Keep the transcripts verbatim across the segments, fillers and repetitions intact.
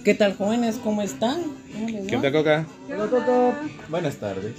¿Qué tal, jóvenes? ¿Cómo están? ¿Cómo les va? ¿Qué tal, Coca? Hola, Coco. Buenas tardes.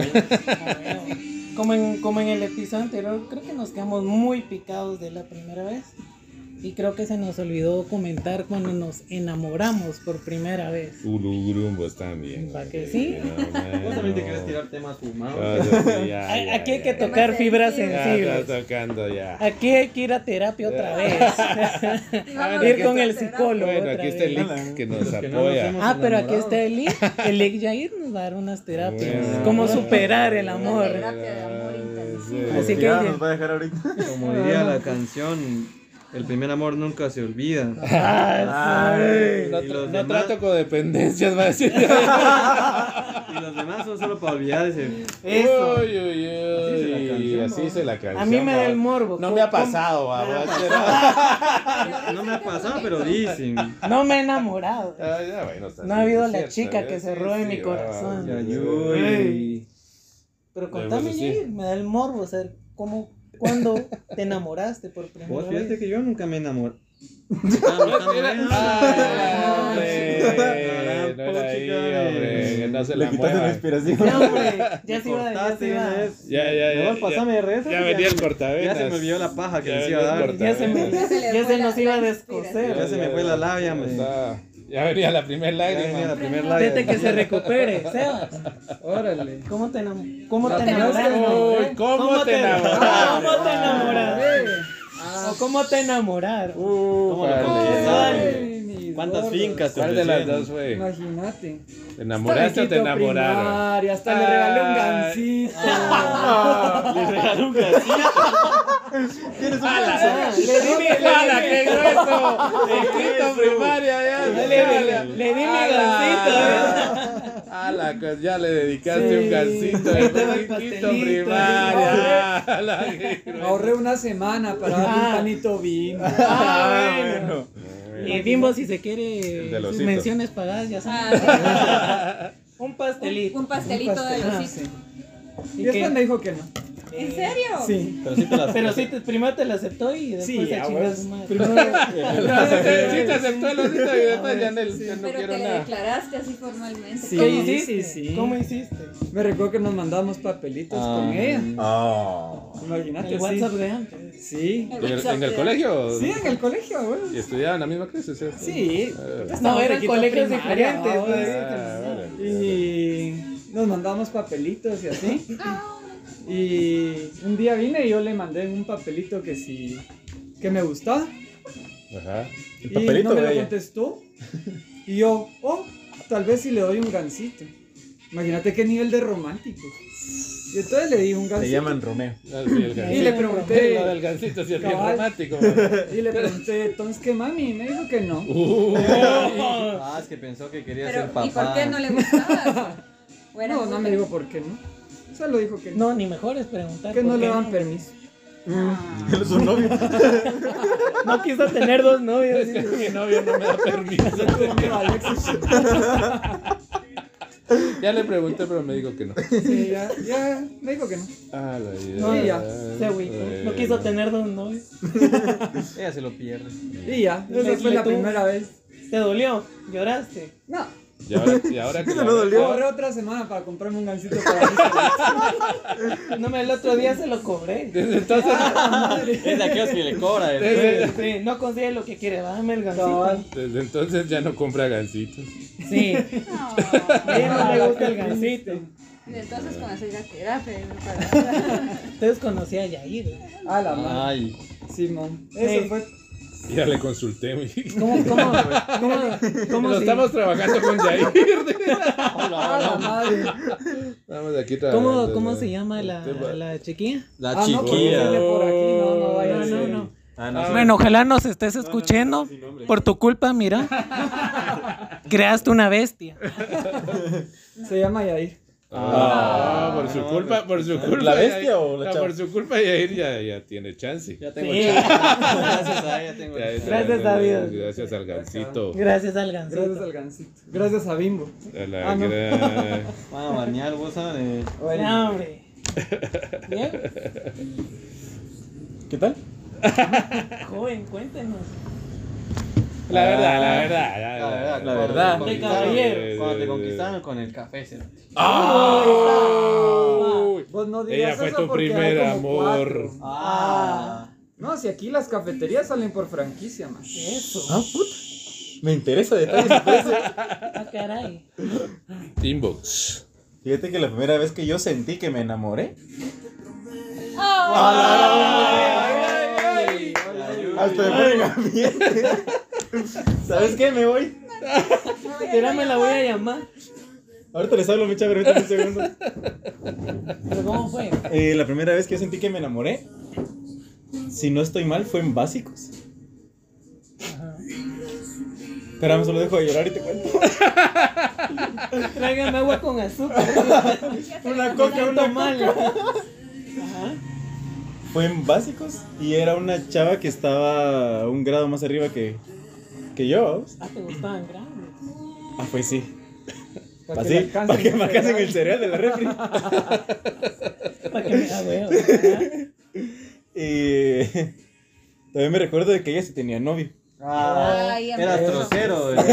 Como en, como en el episodio anterior, creo que nos quedamos muy picados de la primera vez. Y creo que se nos olvidó comentar cuando nos enamoramos por primera vez. Ulurumbos también. ¿Para que sí? Vos también te quieres tirar temas fumados. Ah, sí, ya, A- ya, Aquí hay ya, que ya. tocar fibras Ya sensibles. está tocando ya. Aquí hay que ir a terapia otra vez. Vamos, Ir aquí con está- el psicólogo. Bueno, otra aquí está el vez. link que nos Los que no nos apoya. hemos- Ah, pero aquí enamorado. está el link. El link Jair nos va a dar unas terapias. Bueno. Cómo superar el amor. Terapia de amor intensivo. Sí. Así que- Ya nos va a dejar ahorita. Como diría la canción, el primer amor nunca se olvida. Ah, sí. No, Y los no demás- trato con dependencias, va a decir. Y los demás son solo para olvidarse. Eso. Uy, uy, uy. Así Así se la canción. A mí me da el va. morbo. No me ha ¿Cómo- pasado, va, va a ser- No me ha pasado, pero dicen. No me he enamorado. Ah, ya, bueno, está No ha bien, habido es la cierto, chica ya, que sí, cerró en sí, mi va, corazón. va, Ya, ya, uy. Pero contame, Bueno, sí. Jair, me da el morbo saber cómo, cuándo te enamoraste por primera Vos fíjate vez. que yo nunca me enamoré. Ay, hombre, no era ahí, hombre, que no se la mueva. inspiración. Ya, hombre, ya se iba, ya se Cortaste iba. una vez. Ya, ya, ya. No, pásame de redes. Ya venía el cortavenas. Ya se me olvidó la paja que Ya les venía iba a el dar. cortavenas. Ya se, me, Ya se le ya fue se la- nos iba a la descoser. Ya se me fue la labia, me. Está- Ya venía la primera Ya venía la lágrima. primer labia. Vete que se recupere, Sebas. Órale. ¿Cómo te, enam- cómo No te tenemos enamoraste? Uy, ¿cómo te enamoraste? ¿Cómo te enamoraste? ¿O cómo te enamoraron? Uh, ¿Cómo lo vale. conquistaste? Ay, mis ¿Cuántas gordos. fincas te ¿Cuál de las ofrecieron? dos fue? Imagínate. ¿Te enamoraste o te Estaba en quinto enamoraron? primaria, hasta le regalé un gansito. Le regaló un casito. ¿Tienes un ¡Hala! ganso? Le di mi, ¡Hala, qué grueso! En quinto primaria ya. le, le- le di mi gancito. ¡Hala! Pues ya le dedicaste Sí. un gancito Ahí estaba el en quinto pastelito. primaria. ¡Hala, qué grueso! Ahorré una semana para darle un Ah. panito vino. Ah, bueno. Bueno. Y Bimbo, si se El quiere del sus osito. menciones pagadas, ya saben. Ah, Un pastelito. un pastelito de Ah, los sí. Y ¿Y después qué? me dijo que no. ¿En serio? Sí. Pero sí te las Pero sí, te- primero te lo aceptó y después Sí, se a chingó huevos. su madre. Primero. Sí te aceptó el osito y después ya no, ya no Pero quiero te le nada. declaraste así formalmente. Sí. ¿Qué ¿Cómo? hiciste? sí, sí. ¿Cómo hiciste? Me recuerdo que nos mandamos papelitos Ah. con ella. Oh. Imagínate, El sí. WhatsApp de antes. Sí. El ¿En el, WhatsApp en el de- colegio? Sí, en el colegio, ¿Y güey. estudiaban la misma clase? ¿Sí? Sí. Eh, No, eran Quinto colegios primaria, diferentes. ¿no? pues. Ah, órale. Y nos mandamos papelitos y así. Y un día vine y yo le mandé un papelito que sí, que me gustaba. Ajá. El Y papelito no me de lo ella. contestó. Y yo, oh, tal vez si le doy un gansito. Imagínate qué nivel de romántico. Y entonces le di un gansito. Se llaman Romeo. Ah, sí, el gancito. Y le pregunté. Lo del gancito sí es bien Cabal. romántico. Y le pregunté, entonces, ¿qué mami? Y me dijo que no. Uh, Ah, es que pensó que quería ser Pero, papá. ¿y por qué no le gustaba? ¿O era No, no muy- me dijo por qué no. Solo dijo que no. No, ni mejor es preguntar. Que por no qué le daban permiso. Ah. Él es un novio. No quiso tener dos novios. es que mi novio no me da permiso. Yo tuve miedo a Alexis. Ya le pregunté, pero me dijo que no. Sí, ya, ya, me dijo que no. Ah, la vida. No, Sí, ya. Se agüitó. No quiso tener dos novios. Ella se lo pierde. Y ya, Le- esa fue le la tuvo- primera vez. ¿Te dolió? ¿Lloraste? No, Y ahora, y ahora que Eso la- no dolió. ahorré otra semana para comprarme un gansito para mí. No, me el otro día se lo cobré. Desde entonces, Es de aquellos que le cobra. desde, Sí, no consigue lo que quiere. Bájame el gancito. Cabal. desde entonces ya no compra gancitos. Sí. No. A ella no le gusta el gancito. Y entonces conocí la terapia. para- Entonces conocí a Yair. A la madre. Ay. Simón. Eso Sí. fue. Y ya le consulté. mi- ¿Cómo, cómo, cómo, cómo Lo si- estamos trabajando con Jair. A la madre. Estamos aquí trabajando. ¿Cómo, cómo ¿no? se llama la, Este va- la chiquilla? La Ah, no, porque chiquilla. viene por aquí. No, no vaya No, a no, ser. no. Ah, no, sí. Bueno, ojalá nos estés escuchando. Por tu culpa, mira. Creaste una bestia. Se llama Yair. Ah, por su no, culpa, por su culpa. ¿La bestia Yair- o la no, chava? por su culpa Yair ya, ya tiene chance. Ya tengo Sí. chance. Gracias a ella tengo Ya, chance. Gracias a Dios. Gracias al gancito. Gracias al Gracias gancito. al gansito. Gracias a Bimbo. A la Ah, no. gran- Van a bañar, vos sabes. No, hombre. Bien, ¿Qué tal? joven, cuéntenos. La verdad, la verdad. La La verdad, verdad. la verdad. cuando De te caballero. conquistaron- Cuando te conquistaron con el café, ¿sí? ¡Ay! Vos no digas Ella fue eso tu porque primer hay como amor. cuatro. Ah. No, si aquí las cafeterías salen por franquicia, man. Eso. Ah, puta. Me interesa detalles de precio. Ah, caray. Inbox. Fíjate que la primera vez que yo sentí que me enamoré, hasta me ponen ambiente. ¿Sabes qué? Me voy. Espera, me la voy a llamar. Ahorita les hablo, mucha permítame un segundo. ¿Pero cómo fue? Eh, la primera vez que yo sentí que me enamoré, si no estoy mal, fue en básicos. Espérame, solo dejo de llorar y te cuento. Tráigame agua con azúcar. Una coca, una mal. coca. Ajá. Fue en básicos y era una chava que estaba un grado más arriba que, que yo. ¿Vamos? Ah, te gustaban grandes. Ah, pues sí. Para Así, que le alcancen para que el me alcancen cereal. el cereal de la refri. Para que me da huevo. ¿verdad? Y también me recuerdo de que ella sí tenía novio. Ah, Ay, eras empezó. trocero. Para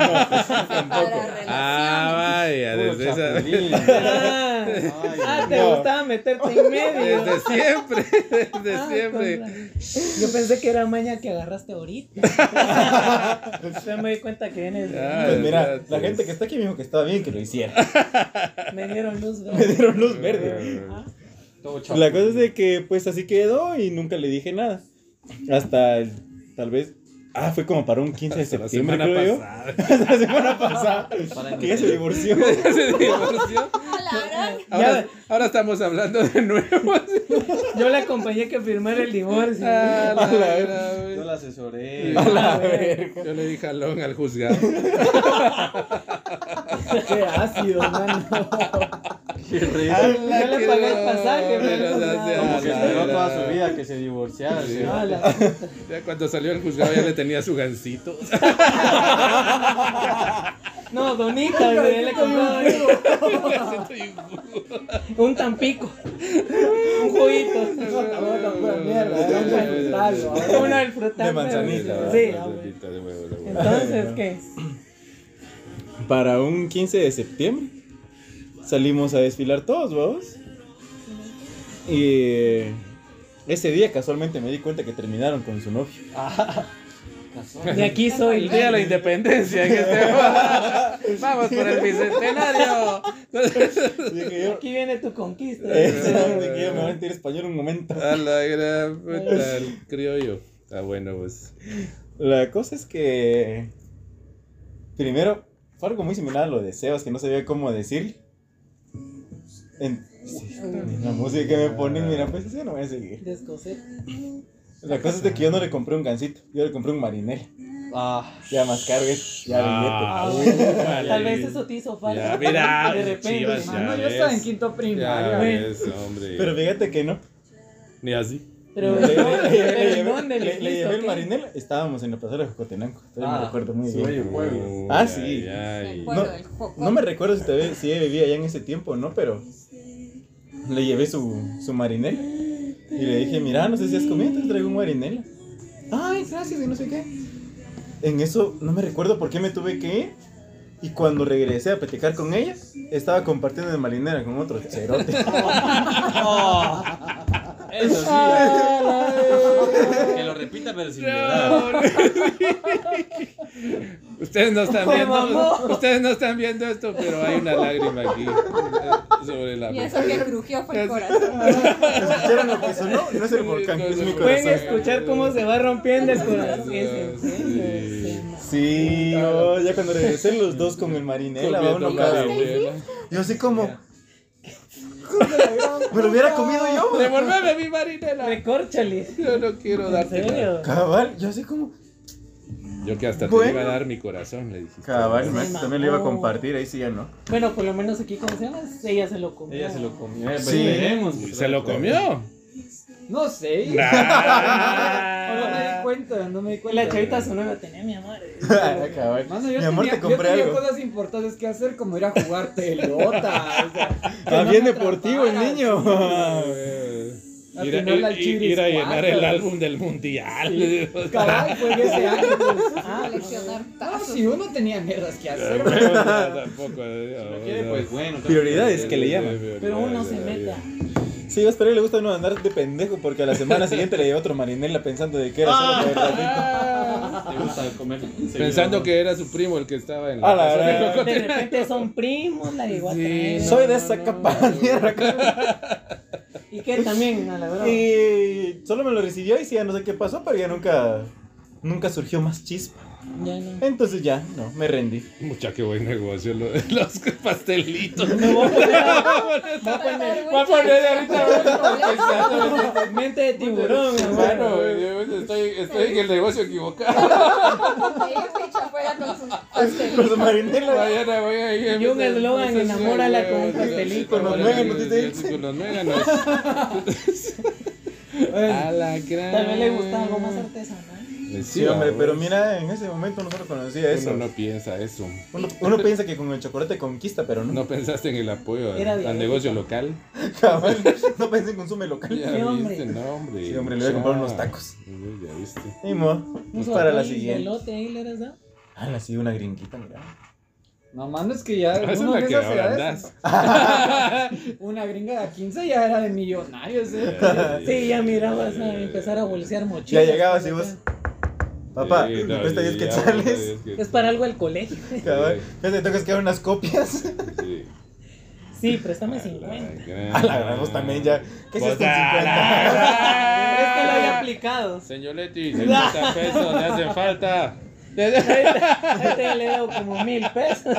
Ah, vaya, desde esa. Ah, ah, te no. gustaba meterte en medio. Desde siempre, desde Ah, siempre. con la- Yo pensé que era maña que agarraste ahorita. Ya me di cuenta que vienes. Ah, Pues mira, exacto. la gente que está aquí me dijo que estaba bien que lo hiciera. Me dieron luz, Me ¿verdad? dieron luz verde. Ah, Todo La cosa es de que pues así quedó y nunca le dije nada. Hasta el- tal vez. Ah, fue como para un quince de Hasta la septiembre, semana creo yo. pasada. La semana pasada. Para Que ya se divorció. Se divorció. Ahora, ahora estamos hablando de nuevo. Yo le acompañé que firmara el divorcio. Ah, la A la verdad, Yo güey. la asesoré. A la verga. Yo le di jalón al juzgado. Qué ácido, mano. Qué risa. Ya le pagué el pasaje, Pero pero ya no, sea, Como que la esperó verdad. toda su vida que se divorciara. Sí. ¿sí? Ah, la puta. Ya cuando salió el juzgado ya le tenía su gancito. No, donita, güey, le compró un tampico. Un juguito. Mierda, era un buen frutal, ¿no? Uno del frutal. De manzanita. Sí, La ah, güey. manzanita de huevo, de huevo. Entonces, ¿qué? Para un quince de septiembre salimos a desfilar todos, vamos. Y ese día casualmente me di cuenta que terminaron con su novio. De aquí soy. El día de la independencia. En este... Vamos por el bicentenario. Dije yo, Aquí viene tu conquista. eso, de que yo me voy a sentir español un momento. A la gran puta, el criollo. Ah, bueno, pues. La cosa es que primero fue algo muy similar a lo de Sebas, que no sabía cómo decir. En, sí, la música que me ponen, mira, pues así no voy a seguir. Descoser. La cosa es de que yo no le compré un gansito, yo le compré un marinela. Ah, Ya más cargues, ya Ah, billete. vale. Tal vez eso te hizo falta. Ya, mira, de repente. Chivas, ya. Mano, yo ves. estaba en quinto primaria. Ya güey. ves, hombre. Pero fíjate que no. Ni así. Pero, Le, le- le- pero le ¿en llevé, dónde le- le le llevé el qué? marinela, estábamos en la plaza de Jocotenango, todavía Ah, me recuerdo muy sí, bien. oye, pueblo. Ah, Ay, sí. ay. El pueblo No, del Joco. No me recuerdo si, todavía, si ella vivía allá en ese tiempo o no, pero le llevé su, su marinela y le dije, mira, no sé si has comido, te traigo un marinela. Ay, gracias, y no sé qué. En eso no me recuerdo por qué me tuve que ir. Y cuando regresé a platicar con ella, estaba compartiendo el marinela con otro cerote. eso sí. Que lo repita, pero sin llorar. No, ustedes no están Se viendo, mamó. ustedes no están viendo esto, pero hay una lágrima aquí eh, sobre la Y eso que crujió fue el corazón. ¿Escucharon lo que sonó? No es el volcán, es mi Pueden corazón. escuchar cómo se va rompiendo el corazón. Es en Sí. serio. Sí, oh, ya cuando regresé los dos con el marinela, va uno Comiendo cada uno. marinela. Yo así como, me lo hubiera comido yo. Devolveme mi marinela. Recórchales. Yo no quiero ¿En darte nada. serio? Cabal, yo así como, Yo que hasta te Bueno. iba a dar mi corazón, le dijiste. cabal, Sí, Max, mamá. también lo iba a compartir, ahí sí ya no. Bueno, por lo menos aquí, ¿cómo se llama? Ella se lo comió. Ella se lo comió. Eh, Sí. veremos. Uy, ¿se lo comió? No sé. Ah. No me di cuenta, no me di cuenta. La chavita su nueva tenía mi amor. Cabal. Mano, yo Mi amor, tenía, te compré yo tenía algo. cosas importantes que hacer, como ir a jugar pelota. O sea, que Ah, no bien me deportivo el atraparan. niño. Ir a, Atinarle al ir- Chibris ir a llenar cuatro. el álbum del mundial. Cabal, fue en ese año. Pues. Ah, coleccionar No, tazos. si uno tenía mierdas que hacer. Tampoco. No quiere, pues bueno. Prioridades que le llaman. Pero uno se mete. Sí, a Esperar le gusta a uno andar de pendejo porque a la semana siguiente le lleva otro marinela pensando de que era solo por el ratito. Le gusta comer. Pensando que era su primo el que estaba en A la la casa de gran. Cocote. De repente son primos, la llegó a Sí. traer. Soy de esa capa de mierda. Y que también, a la verdad. Y solo me lo recibió y sí, ya no sé qué pasó, pero ya nunca, nunca surgió más chispa. Ya no. Entonces ya, no, me rendí. Mucha que buen negocio lo de los pastelitos. Me voy a poner a- Voy a poner, Voy a poner ahorita mente de tiburón, Hermano, hermano. yo estoy, estoy en el negocio equivocado. Ella se echa afuera con sus Con pastelitos. su marinela. Mañana voy a ir. Y un eslogan, enamórala con un pastelito. Con los méganos, dice. Con los méganos. A la gran. Tal vez le gusta algo más artesanal. Sí, hombre, pero mira, en ese momento uno solo conocía eso. Uno no piensa eso. Uno, uno piensa que con el chocolate conquista, pero no. No pensaste en el apoyo al, Era al diabético. negocio local. Cabal, no pensé en consumo local. Ya Sí, hombre. viste, no, hombre. Sí, hombre, le voy a comprar Ya. unos tacos. Ya viste. Y mo, Un pues para la sopón y siguiente. elote ahí le eras dado. Ah, la sí, una gringuita, mira. No, mano, es que ya. Esa es uno la de que esas ahora edades- andas. Una gringa de quince ya era de millonarios, eh. Sí, ya mirabas a empezar a bolsear Ya mochilas. llegabas y vos, papá, Sí, me no, cuesta diez ya, quetzales. diez quetzales. Es para algo el colegio. Cabal, ya te tocas quedar unas copias. Sí. Sí, préstame A la cincuenta. gran. A la gran, vos también ya. ¿Qué Vos haces con a la cincuenta? Es que lo había aplicado. Señor Leti, cincuenta pesos le hacen falta. Ahorita ya le he dado como mil pesos.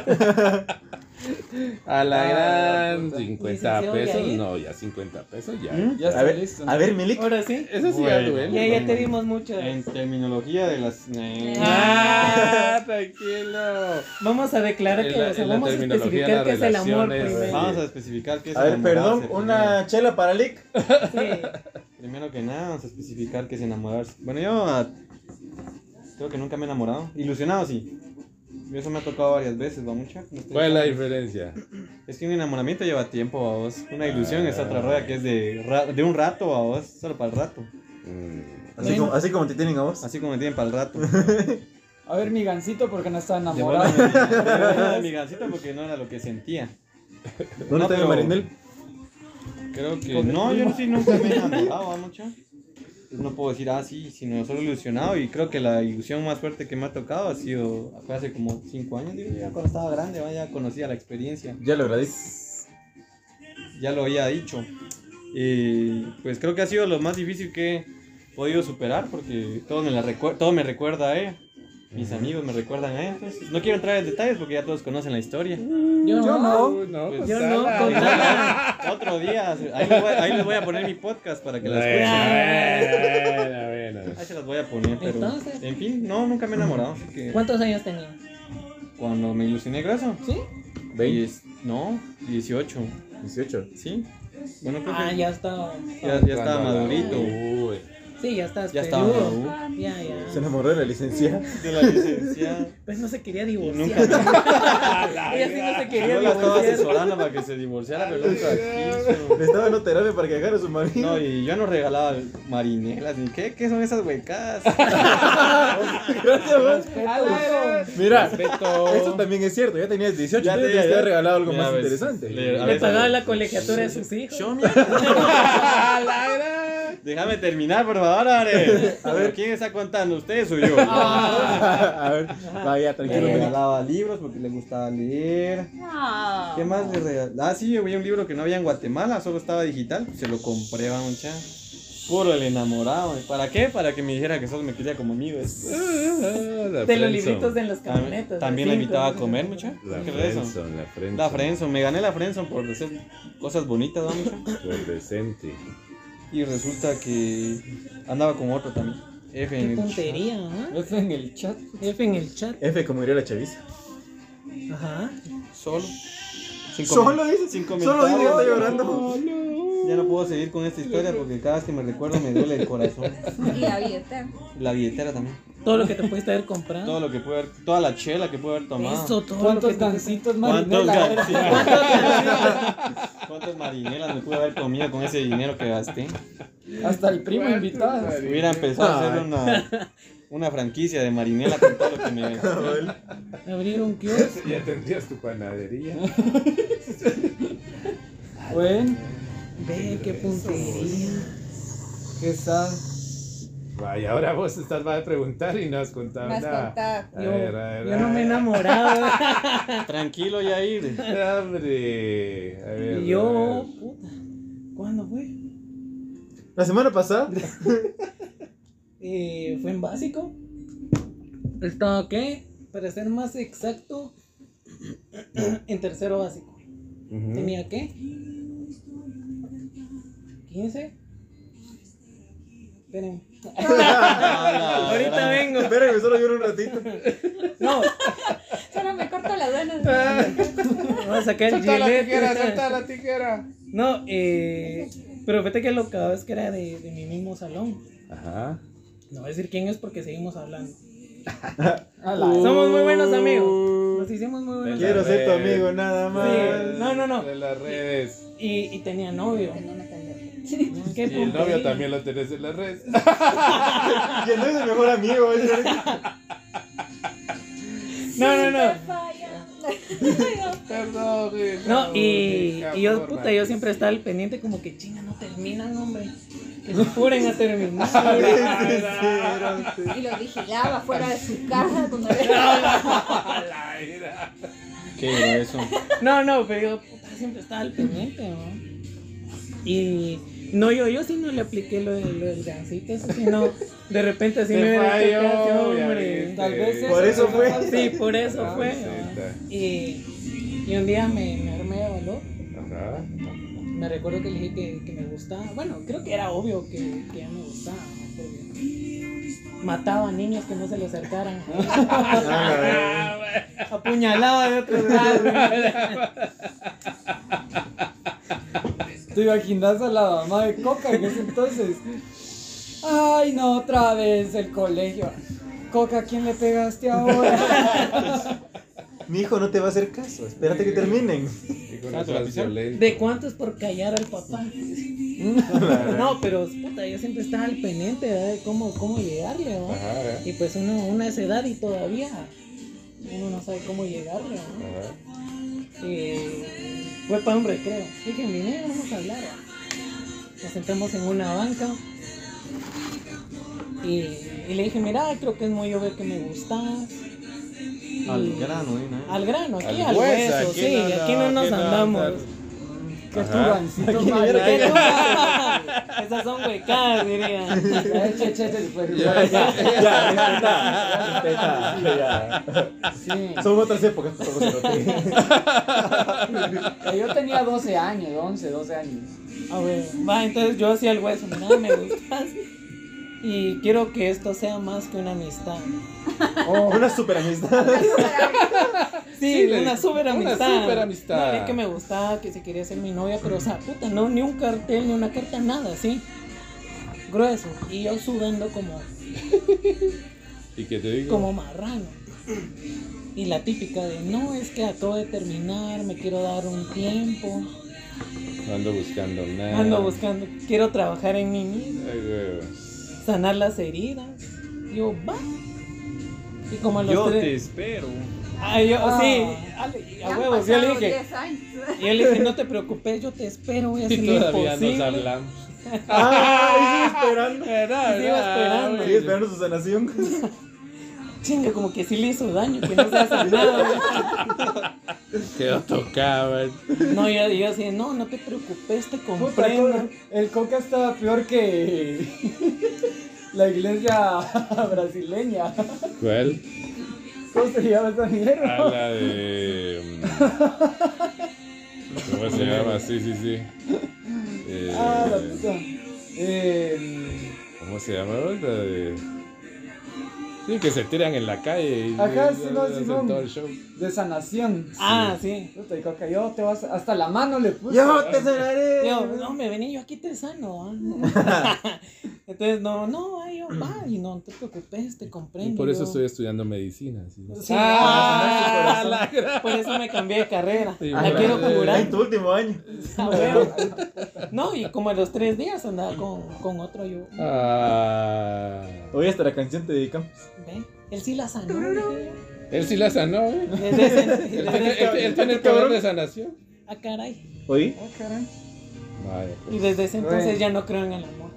A la gran pues, cincuenta licenciado pesos. Yair. No, ya cincuenta pesos ya. Ya está A ver, listo. a ver, Milik. Ahora sí. Eso sí ya Bueno. duele. Ya, ya te dimos mucho. En terminología de las. eh, Ah, tranquilo. Vamos a declarar En que, la- o sea, en la vamos a terminología especificar de que es el las amor relaciones, primero. Vamos a especificar qué es A ver, enamorarse perdón, una chela para Lick. Sí. Primero que nada, vamos a especificar qué es enamorarse. Bueno, yo ah, creo que nunca me he enamorado. Ilusionado, sí. Y eso me ha tocado varias veces, va mucha. No estoy- ¿Cuál es la diferencia? Es que un enamoramiento lleva tiempo, a vos. Una ilusión es otra rueda que es de, ra- de un rato, a vos. Solo para el rato. Mm. Así como, así como te tienen a vos. Así como me tienen para el rato. A ver, mi gancito, porque no estaba enamorado. Devuélveme devuélveme mi gancito porque no era lo que sentía. ¿Dónde No, está mi pero- Marinel? Creo que. Con el No, yo primo. no sí, nunca me he enamorado, ¿va, mucho? Pues no puedo decir, ah, sí, sino solo ilusionado. Y creo que la ilusión más fuerte que me ha tocado ha sido. Fue hace como cinco años, digo, ya cuando estaba grande, ¿va? Ya conocía la experiencia. Ya lo agradezco. Ya lo había dicho. Y pues creo que ha sido lo más difícil que he podido superar porque todo me, la recuer- todo me recuerda a ella. Mis amigos me recuerdan a ella. Entonces, no quiero entrar en detalles porque ya todos conocen la historia. Yo Yo no. no. Uh, no, Pues, pues, Yo no, ala. con nada. Otro día, ahí les, voy, ahí les voy a poner mi podcast para que la Bueno, escuchen. bueno, bueno. Ahí se las voy a poner, pero Entonces. en fin, no, nunca me he enamorado. Así que ¿Cuántos años tenías? cuando me ilusioné grueso, ¿Sí? veinte. diez- no, dieciocho, dieciocho. ¿sí? Bueno, creo Ah, que ya estaba. ya, ya estaba Cuando la- madurito. Uy. Sí, ya estás. Ya estaba peludo. maduro. Ya, Se ya. enamoró de la licenciada. De la licenciada. Pues no se quería Y divorciar. nunca me... Ella sí no se quería Yo la estaba divorciar. asesorando para que se divorciara, pero nunca quiso. Le estaba dando terapia para que dejara su marido. No, y yo no regalaba marinelas ni qué, ¿qué son esas huecadas? Gracias, vos. Mira, Respeto. eso también es cierto. Ya tenías dieciocho, Ya ya te tenía- había ya- regalado algo Ya más ves, interesante. le- a Le veces- pagaba la colegiatura de sus hijos. Yo, mierda. Déjame terminar, por favor, hombre. A ver, ¿quién está contando? ¿Ustedes o yo? A ver, vaya, Le tranquilo. Milik. regalaba libros porque le gustaba leer. No. ¿Qué más le regalaba? Ah, sí, yo vi un libro que no había en Guatemala, solo estaba digital. Se lo compré, va, mucha. Puro el enamorado. ¿Para qué? Para que me dijera que solo me quería como amigo. Es- De los libritos de los camionetas. También la así, invitaba a pues, comer, mucha. La ¿Qué es eso? friendzone, la friendzone. La Friendzone, me gané la Friendzone por hacer cosas bonitas, ¿no, mucha? Por decente. Y resulta que andaba con otro también. F Qué en el tontería, ¿ah? F en el chat. F en el chat. F, como diría la chaviza. Ajá. chat. Solo. Sin Solo comen- dice, sin solo dice que está comentarios. llorando. Ya no puedo seguir con esta historia porque cada vez que me recuerdo me duele el corazón. Y la billetera. La billetera también. Todo lo que te pudiste haber comprado. Todo lo que pude haber, toda la chela que pude haber tomado. Eso, todo lo que ¿Cuántos te gancitos ¿Cuántos marinela? gancitos? ¿Cuántas marinelas me pude haber comido con ese dinero que gasté? Hasta el primo invitado. Hubiera empezado a hacer una, una franquicia de marinela con todo lo que me... Abrir un kiosco. Ya tendrías tu panadería. Bueno, Ve qué puntería. ¿qué tal? Vaya, ahora vos estás vas a preguntar y no has contado Me has nada. contado. A Yo, ver, a ver, yo a no me he ver. enamorado. Tranquilo, Yair. Hombre, a ver. Y yo, puta. ¿Cuándo fue? La semana pasada. Eh, fue en básico. Estaba, ¿qué? Para ser más exacto, en tercero básico. Ujú. ¿Tenía qué? ¿quince? Espérenme. Ahorita vengo. Espérame, solo lloro un ratito. No, Solo me corto las venas. vamos a sacar el Suelta la tijera, gilete. suelta la tijera. No, eh, pero fíjate que lo que es que era de, de mi mismo salón. Ajá. No voy a decir quién es porque seguimos hablando. A la- Somos muy buenos amigos. Nos hicimos muy buenos Quiero amigos. ser tu amigo, nada más. Sí, no, no, no. De las redes. Y, y tenía novio. Que no me cambió. Qué Y el novio puntería. también lo tenés en las redes. Que no es el mejor amigo. ¿eh? No, no, no. Perdón, güey, No, y, hija, y yo, porra. puta, yo siempre estaba al pendiente como que chinga, no terminan, hombre. Que se apuren a terminar. Y lo vigilaba fuera de su casa cuando A la ira. ¿Qué era eso? No, no, pero yo, puta, siempre estaba al pendiente, ¿no? Y no, yo, yo sí no le apliqué lo, de, lo del gancito, eso sí, no. De repente así Te me falló, detecté, ya hombre. viste. Tal vez Por eso fue. Sí, por eso Ah, fue. sí, ¿no? está. Y, y un día me, me armé de valor. Ajá. Me recuerdo que le dije que, que me gustaba. Bueno, creo que era obvio que, que ya me gustaba, ¿no? Porque mataba a niños que no se le acercaran. Apuñalaba de otros lados. ¿Te imaginas a la mamá de Coca en ese entonces? Ay, no, otra vez el colegio. Coca, ¿a quién le pegaste ahora? Mi hijo no te va a hacer caso. Espérate que terminen. Y con Ah, ¿te la eso es pisaron? violento. ¿De cuánto es por callar al papá? No, pero puta, yo siempre estaba al pendiente, ¿verdad? De cómo, cómo llegarle, ¿no? Ajá, ¿eh? Y pues uno, uno a esa edad y todavía uno no sabe cómo llegarle, ¿no? Ajá. Eh, fue para un recreo. Dije, vine, vamos a hablar. ¿va? Nos sentamos en una banca. Y, y le dije, mira, creo que es muy obvio que me gustas. Y- Al grano, ¿eh? ¿no? Al grano, aquí Al al, hueso, hueso, aquí sí, no, aquí no no, nos aquí no andamos. andamos. Que tu Ajá. gancito Aquí mal. mira ¿Qué cosa? Esas son huecadas, dirían. Che, che, che, pues, Ya, Ya, respeta. Respeta. Ya. Sí. Son otras épocas. por favor, cerote. Yo tenía doce años, once, doce años. A ver, va, entonces yo hacía el hueso, mira, me gustas. Y quiero que esto sea más que una amistad. Oh, una super amistad. Sí, Sí, una de- súper una amistad. súper amistad. No, vi que me gustaba, que si quería ser mi novia, pero o sea, puta, no, ni un cartel, ni una carta, nada, sí. Grueso. Y yo sudando como, ¿Y qué te digo? como marrano. Y la típica de, no, es que acabo de terminar, me quiero dar un tiempo, No ando buscando nada. ando buscando, quiero trabajar en mí mismo, Ay, güey. sanar las heridas. Yo, va. Y como a los Yo tres. te espero. Ah, yo, Ah. sí, ale- a huevos, yo le dije, y yo le dije, no te preocupes, yo te espero, voy a hacer Y lo todavía nos imposible. hablamos. Ah, sigue esperando. Y sigo esperando. Sigue esperando su sanación. Chinga, como que sí le hizo daño, que no se ha sanado. Quedó tocado, eh. No, yo, yo así, no, no te preocupes, te Puta, comprendo. el Coca estaba peor que la iglesia brasileña. ¿Cuál? ¿Cómo se llama esa A mierda? la de. mm, ¿Cómo se llama? Sí, sí, sí. Eh, Ah, la puta. Eh, ¿Cómo se llama? La de. Sí, que se tiran en la calle y Ajá, y- Simón, hacen Simón. todo el show. de sanación. Ah, sí. Puta, y Coca, yo te vas a- hasta la mano le puse. Yo te sanaré. Yo, no, me vení, yo aquí te sano. ¿ah? Entonces, no, no, ay, yo, va, y no te preocupes, te comprendo. Y por eso yo- estoy estudiando medicina. ¿sí? Sí, Ah, ah, la gran- por eso me cambié de carrera. Sí, la bueno. quiero En curar. tu último año. A huevo. No, y como a los tres días andaba con, con otro yo. Ah, Oye, hasta la canción te dedicamos. ¿Ve? Él sí la sanó. dije él sí la sanó, ¿eh? yo. Desde ese- Él desde tiene, ese- él- él tiene el poder de sanación. Ah, caray. ¿Oí? Oh, caray. Vale, pues. Y desde ese entonces Bueno. ya no creo en el amor.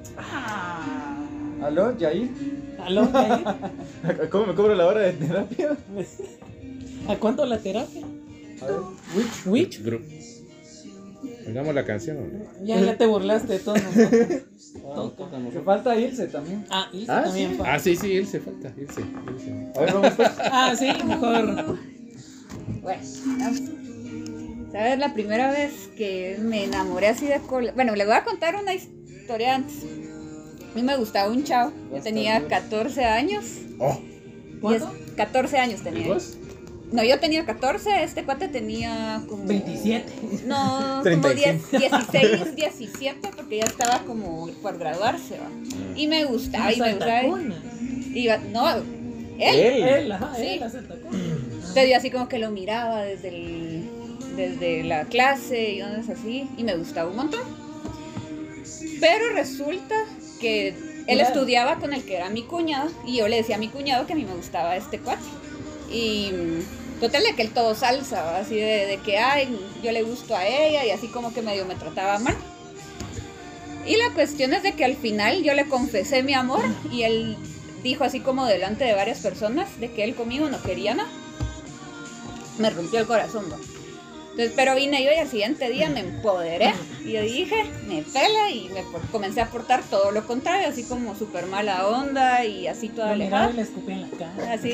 ¿Aló, Yair? ¿Aló? Yair? ¿Cómo me cobro la hora de terapia? ¿A cuánto la terapia? A ver. Which? Which? Group. Oigamos la canción, ¿o no? Ya, ya te burlaste de todos nosotros. Que falta Ilse también. Ah, Ilse Ah, también fue. Ah, sí, sí, él se falta. Él se, él se. A ver, vamos pues. Ah, sí, mejor. Bueno, vamos. ¿Sabes? La primera vez que me enamoré así de cole... Bueno, le voy a contar una historia antes. A mí me gustaba un chavo. Yo tenía catorce años. Oh, ¿Cuánto? Diez- catorce años ¿y tenía. vos? No, yo tenía catorce, este cuate tenía como... veintisiete. No, como treinta y diez, dieciséis, diecisiete, porque ya estaba como por graduarse, ¿va? Y me gustaba, y me gustaba. Y iba- no, él. Él. Él, ajá, Sí. él la saltacona. Entonces yo así como que lo miraba desde, el, desde la clase y ondas así, y me gustaba un montón. Pero resulta que él Claro. estudiaba con el que era mi cuñado, y yo le decía a mi cuñado que a mí me gustaba este cuate. Y mm, total de que él todo salsa, ¿va? Así de, de que, ay, yo le gusto a ella, y así como que medio me trataba mal. Y la cuestión es de que al final yo le confesé mi amor, y él dijo así como delante de varias personas de que él conmigo no quería nada. Me rompió el corazón, ¿va? Entonces, pero vine yo y al siguiente día me empoderé y yo dije, me pela, y me por- comencé a portar todo lo contrario, así como súper mala onda y así toda Lo miraba alejada. y le escupí en la cara. Así,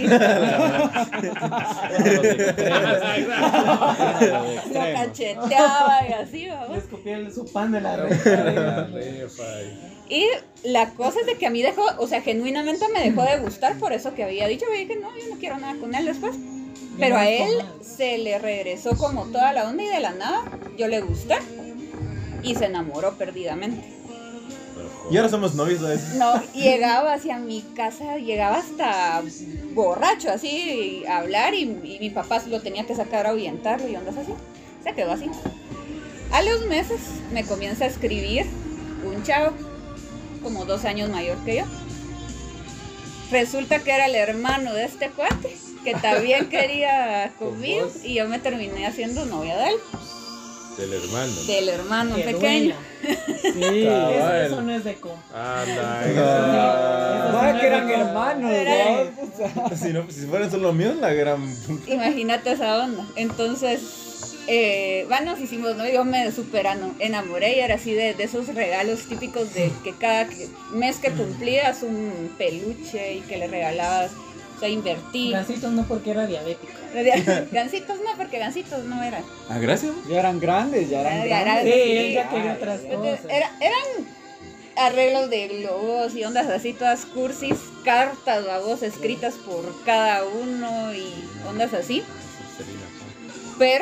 lo cacheteaba y así, Le vamos. escupí el- su pan de la La red. refa, y- Y la cosa es de que a mí dejó, o sea, genuinamente me dejó de gustar por eso que había dicho. Y dije, no, yo no quiero nada con él después. Pero a él se le regresó como toda la onda y de la nada yo le gusté y se enamoró perdidamente. Y ahora somos novios, ¿sabes? No, llegaba hacia mi casa, llegaba hasta borracho así a hablar, y, y mi papá lo tenía que sacar a ahuyentarlo y ondas así. Se quedó así. A los meses me comienza a escribir un chavo, como dos años mayor que yo. Resulta que era el hermano de este cuate, que también quería conmigo, vos? y yo me terminé haciendo novia de él, Del hermano. del hermano Qué pequeño. duela. Sí. Eso, Cabal. eso no es de co. Anda, Ah. Eso Ah, sí que no es eran de co. hermanos, Era- ¿no? Puta. Si, no, si fueran solo míos, la gran puta. Imagínate esa onda. Entonces, eh, bueno, nos hicimos, ¿no? Yo me super ano- enamoré, y era así de, de esos regalos típicos de que cada que- mes que cumplías un peluche y que le regalabas, o sea, invertí. Gancitos no porque era diabético. Gancitos no, porque gancitos no eran. Ah, gracias. Ya eran grandes, ya eran Ya eran- grandes. Sí, sí, él ya quería ay, otras Entonces, cosas. era- eran arreglos de globos y ondas así, todas cursis, cartas, babos, escritas por cada uno y ondas así. Pero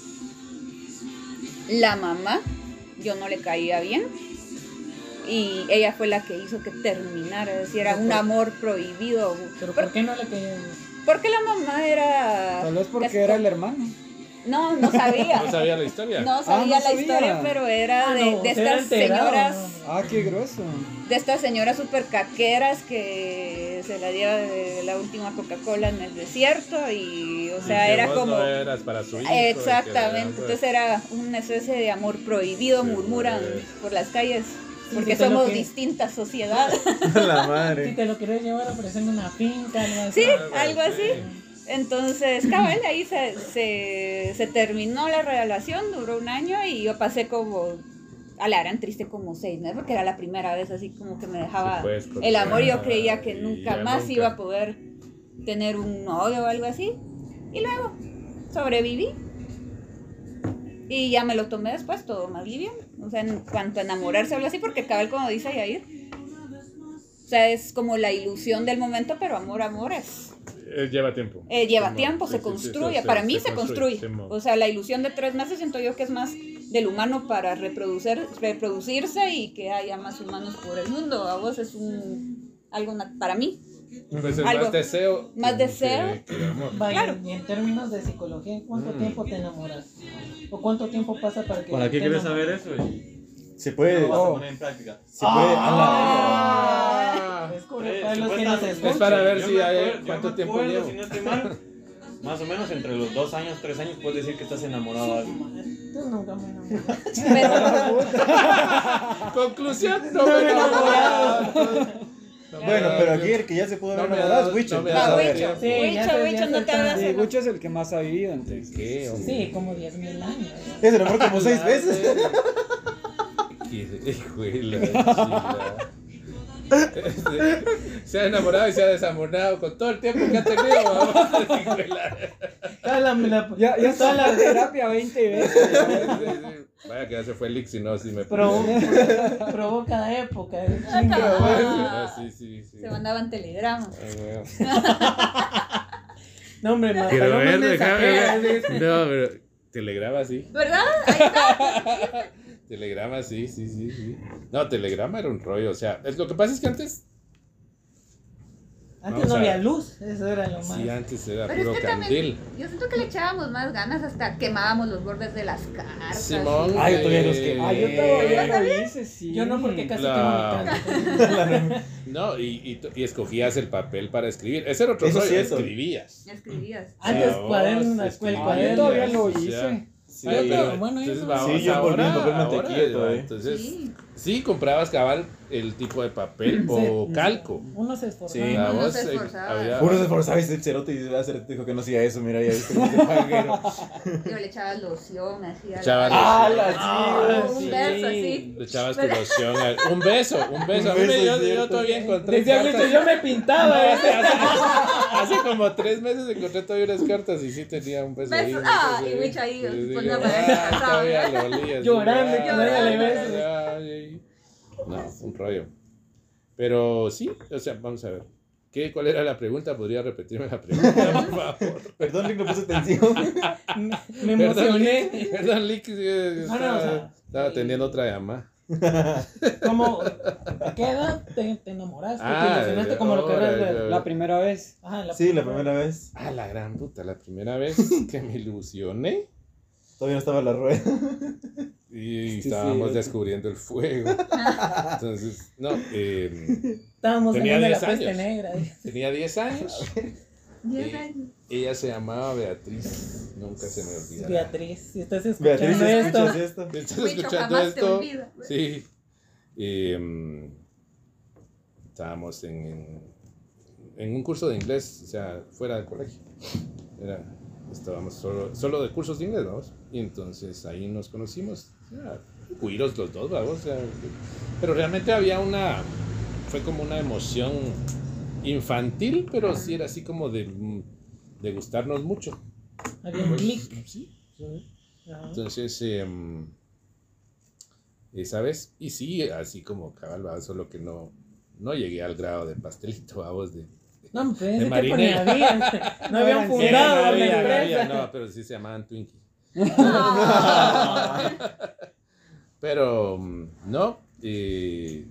la mamá, yo no le caía bien, y ella fue la que hizo que terminara. Es decir, era un amor prohibido. Pero Por- ¿por qué no le caía? porque la mamá era... Tal vez porque era el hermano. No, no sabía. ¿No sabía la historia? No sabía Ah, no la sabía. historia, pero era Ah, de, no, de se era estas enterado, señoras... no. Ah, qué grueso. De estas señoras super caqueras que se la lleva de la última Coca-Cola en el desierto, y o sea, Y que era vos como... no eras para su hijo, Exactamente, y que- entonces era una especie de amor prohibido, Sí, murmuran pues. por las calles, Sí, porque sí, te lo somos que- distintas sociedades. La Si madre. te lo quieres llevar a ofrecer en una finca, algo así. Sí, Ah, algo sí. así. Entonces, cabal, ahí se, se, se terminó la relación, duró un año, y yo pasé como... A la gran triste como seis meses, porque era la primera vez así como que me dejaba Sí, pues, porque- el amor. Yo creía que y nunca ya más nunca. iba a poder tener un novio o algo así. Y luego sobreviví. Y ya me lo tomé después todo más liviano. O sea, en cuanto a enamorarse o algo así, porque cabal, como dice Yair, o sea, es como la ilusión del momento, pero amor, amor es... Eh, lleva tiempo. Eh, lleva Simón. tiempo, Sí, se sí, sí, construye. se- Para se- mí se se construye. Simón. O sea, la ilusión de tres meses siento yo que es más del humano para reproducir, reproducirse y que haya más humanos por el mundo. A vos es un algo na- para mí. Pues es algo- más deseo. más que- deseo. que- que amor. Vaya, Claro. y en términos de psicología, ¿cuánto Mm. tiempo te enamoras? ¿O cuánto tiempo pasa para que ¿Para qué te quieres enamores? saber eso? Se puede. Lo vas a Oh. poner en práctica. Se puede. Ah. Es como Eh, para los que nos supuestamente- Es escuchan. para ver Yo si me hay- acuerdo- yo cuánto me tiempo acuerdo, llevo. Si no estoy mal, más o menos entre los dos años, tres años, puedes decir que estás enamorado de alguien. Tú nunca me enamoras. Pero Conclusión, no me he enamorado. Bueno, pero aquí el que ya se pudo No haber me ha enamorado dado- es Wicho. no me ha entonces, dado a ver. tiempo. Sí, ya Wicho, se- Wicho, ya no se te está- hagas Sí, el- Gucho es el que más ha vivido, entonces. ¿Qué, hombre? Sí, como diez mil años. Ya se enamoró como seis veces. Qué hijo de la chila. Este, se ha enamorado y se ha desamorado con todo el tiempo que ha tenido. Vamos. Hijo de la- Cálame la. Ya, ya está en la terapia veinte veces. Vaya que ya se fue el Ix y no, si me Provoca, provoca cada época. es chingado. Ah, sí, sí, sí. se mandaban telegramas. Ay, weón. No, hombre, más Quiero ver, palomas déjame mensajeras, ver. dice. No, pero telegrama sí. ¿Verdad? Ahí está. Telegrama sí, sí, sí, sí. No, telegrama era un rollo, o sea, es, lo que pasa es que antes, Antes Vamos no a había ver. luz. Eso era lo más. sí, antes era Pero es puro que candil. también, yo siento que le echábamos más ganas, hasta quemábamos los bordes de las cartas. Simón. y- Ay, todavía los eh, quemé. Ah, yo todavía lo hice, sí. Yo no, porque casi La- tengo mi canto. No, y, y, y escogías el papel para escribir. Ese era otro Eso es rollo, cierto. escribías. Escribías. Antes Sí, cuaderno, vos, escuela, escribí. Ah, yo cuaderno. todavía lo O sea, hice. Sí, Ay, pero no, bueno, entonces eso- vamos Sí, yo ahora, volví a papel ahora, mantequilla ¿va? todavía. Entonces, Sí. sí, comprabas cabal el tipo de papel o Sí. calco. Uno se esforzaba. Sí. A Uno vos, se eh, esforzaba. había- Uno se esforzaba y el cerote y va a hacer dijo que no hacía eso, mira, ya viste cómo se paguero. Yo le echaba loción, hacía. Echabas Ah, loción. la Ah, un sí. verso así. Le echabas tu loción. al- Un beso, un beso. A mí Un me, beso, yo, es yo cierto. todavía encontré Decía cartas. Wicho, yo me pintaba. Hace, ¿eh? hace como tres meses encontré todavía unas cartas y sí tenía un beso Beso. ahí. un Ah, beso y ahí. Wicho ahí, Y digo, ponía ah, para todavía lo olía, así, Llorando, ah, dándole besos. ay, ay. No, un rollo. Pero sí, o sea, vamos a ver. ¿Qué, ¿Cuál era la pregunta? ¿Podría repetirme la pregunta, por favor? Perdón, Rick, no puse atención. Me, me Perdón, emocioné. Lick, Perdón, Lick, sí, No, no, estaba, o sea, estaba atendiendo otra llamada. Como, ¿a qué edad te, te enamoraste? te Ah, ilusionaste como lo querrás ahora, ver. La primera vez. Ajá, Sí, la primera vez. Ah, la gran puta, la primera vez que me ilusioné Todavía no estaba la rueda. y Sí, estábamos sí. descubriendo el fuego. Entonces, no, eh, Estábamos Tenía saliendo de la diez peste años. negra. tenía diez años. Diez Eh, años. Ella se llamaba Beatriz, nunca se me olvidará. Beatriz, si estás escuchando Beatriz, esto. ¿escuchas esto? ¿Estás Wicho, escuchando jamás te esto? olvida. Sí. Eh, estábamos en, en, en un curso de inglés, o sea, fuera del colegio. Era, estábamos solo, solo de cursos de inglés, vamos. Y entonces ahí nos conocimos. O sea, cuiros los dos, vamos. O sea, pero realmente había una, fue como una emoción infantil, pero sí era así como de, de gustarnos mucho. Había un Pues, clic. sí. Ajá. Entonces, eh, esa vez, y sí, así como cabal, ¿va? Solo que no, no llegué al grado de pastelito, vamos, de... No, pues, De ese tipo marinela. ni había. No habían eran fundado no, la había, no, empresa. había, no, pero sí se llamaban Twinkie. Ah. Pero, mm, no, eh,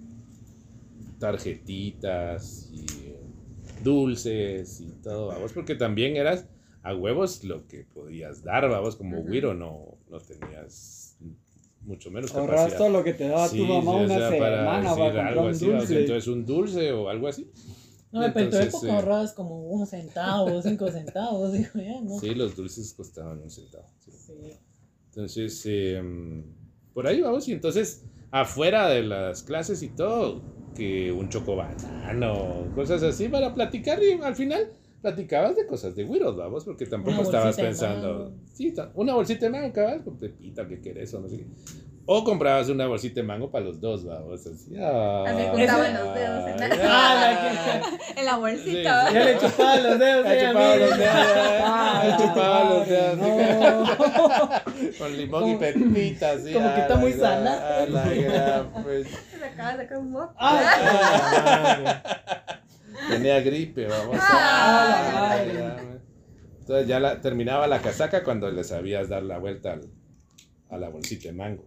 tarjetitas y dulces y todo, vamos, porque también eras a huevos lo que podías dar, vamos, como Ujú. güiro no, no tenías mucho menos Ahorras capacidad. todo lo que te daba Sí, tu mamá sí, o una sea, semana para, decir comprar algo un así, vamos, dulce. entonces un dulce o algo así. No, pero en tu Entonces, época eh, ahorrabas como un centavo, cinco centavos, digo, ya, ¿no? Sí, los dulces costaban un centavo. Sí. Sí. Entonces, eh, por ahí vamos. Y entonces, afuera de las clases y todo, que un chocobanano, cosas así para platicar. Y al final, platicabas de cosas de güiros, vamos, porque tampoco Una estabas bolsita de pensando. mango. Sí, ta- una bolsita de mango, cabal, con pepita, ¿qué querés? O no sé qué. O comprabas una bolsita de mango para los dos, vamos, así. Ah, Así juntaban los dedos en la- ay, Ah, En la Sí, bolsita. sí. Ya le chupaba los dedos. Me eh, chupaba amigo. los dedos, me chupaba los dedos, No. con limón y Como- pepitas, sí. como que a está la muy gran- sana. a la gran, pues. Se acaba de sacar un moco. Ah, Tenía gripe, vamos Ah, a la madre. Entonces ya la, terminaba la casaca cuando le sabías dar la vuelta al, a la bolsita de mango.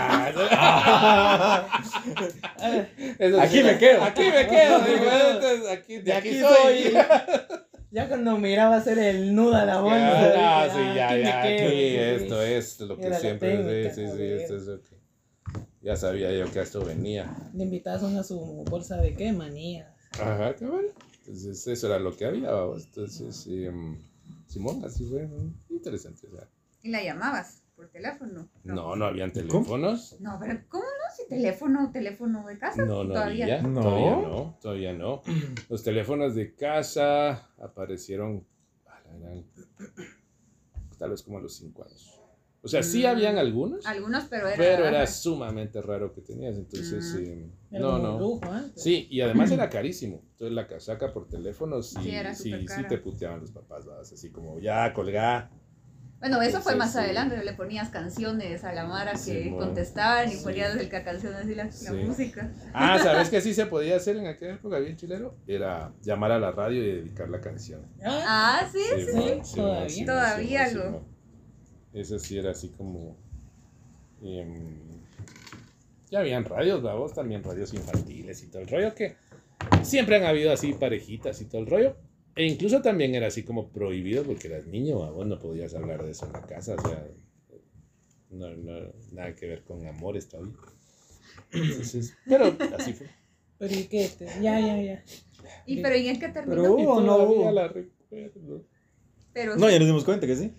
Ah, eso Aquí sí, me quedo. Aquí me quedo. Digo, entonces, aquí, de de aquí, aquí soy. soy. Ya cuando miraba hacer el nudo a la bolsa. Ah, dije, sí, ah, ya, aquí me ya, quedo, aquí sí, esto sí. es lo que Era la siempre, técnica, sí, sí, sí, joder. esto es lo que... ya sabía yo que esto venía. Le invitas a su bolsa de qué, manía. Ajá, cabal. Entonces, eso era lo que había, vamos. Entonces, um, Simón, así fue. ¿No? Interesante, o sea. ¿Y la llamabas por teléfono? No, no habían teléfonos. No, pero ¿cómo no? Si teléfono, teléfono de casa. No, no todavía. había. No. Todavía no, todavía no. Los teléfonos de casa aparecieron, ah, eran, tal vez como a los cinco años. O sea, sí habían algunos, Algunos, pero era. pero era sumamente raro que tenías. Entonces, Mm. eh, Era no, como no. lujo antes. Sí, y además era carísimo. Entonces la casaca por teléfono sí, Sí, era sí, súper sí cara. te puteaban los papás, ¿vas? Así como, ya, colgá. Bueno, eso fue Entonces, más sí. adelante, le ponías canciones a la Mara que Sí, mo. contestaban y Sí. ponías el ca- canciones y la, la Sí. música. Ah, ¿sabes qué sí se podía hacer en aquella época bien chilero? Era llamar a la radio y dedicar la canción. Ah, Ah, sí, sí. sí, mo, todavía. mo, mo, Todavía mo, lo- mo. Eso sí era así como... em, ya habían radios, vamos, también radios infantiles y todo el rollo, que siempre han habido así parejitas y todo el rollo. E incluso también era así como prohibido porque eras niño, vos no podías hablar de eso en la casa, o sea, no, no, nada que ver con amores todavía. Entonces, pero así fue. Pero ¿y qué? Te- Ya, ya, ya. ¿Y pero y en qué terminó? Pero- Y ¿Hubo o no todavía hubo? la recuerdo. Pero No, ya nos dimos cuenta que sí.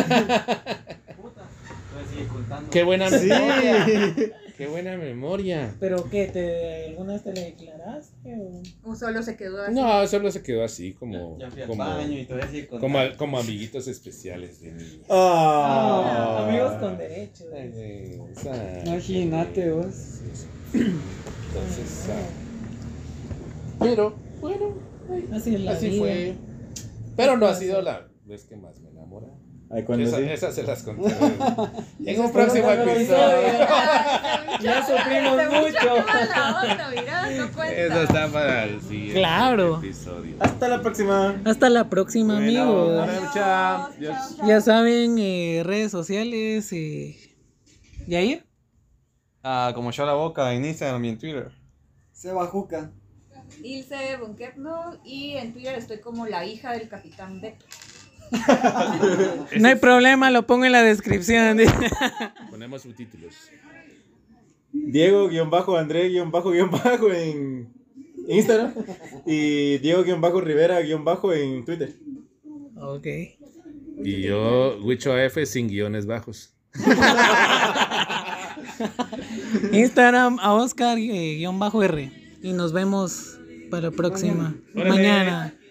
sigue contando. Qué buena Sí. memoria. Qué buena memoria. ¿Pero qué? ¿Te, ¿Alguna vez te le declaraste? O... o solo se quedó así. No, solo se quedó así como, Ya fui al como, baño y todavía sigue contando. como, como amiguitos especiales de mí. Ah. Ah, amigos con derechos. Eh, o sea, Imagínate vos. sí, sí. Entonces, ah, pero bueno, ay, Así es la así vida. fue. Pero no ha sido la vez que más me enamora. Ay, cuando Esa- sí. Esas se las contaré en un Eso próximo fue otro episodio. Ya sufrimos mucho. La onda, mira, no cuenta. Eso está para el siguiente Claro. episodio. Hasta la próxima. Hasta la próxima, Bueno, amigos. ahora- chao. Adiós, Dios. chao, chao. Ya saben, eh, redes sociales. Eh... ¿Yair? Ah, como yo la boca en Instagram y en Twitter. Se bajuca. Ilse Bunkerno y en Twitter estoy como la hija del Capitán Beto. No hay problema, lo pongo en la descripción. Ponemos subtítulos. Diego-André-Bajo en Instagram. Y Diego-Rivera-Bajo en Twitter. Ok. Y yo, Wicho A F sin guiones bajos. Instagram a Oscar-R. Y nos vemos para la próxima. Órale. Mañana.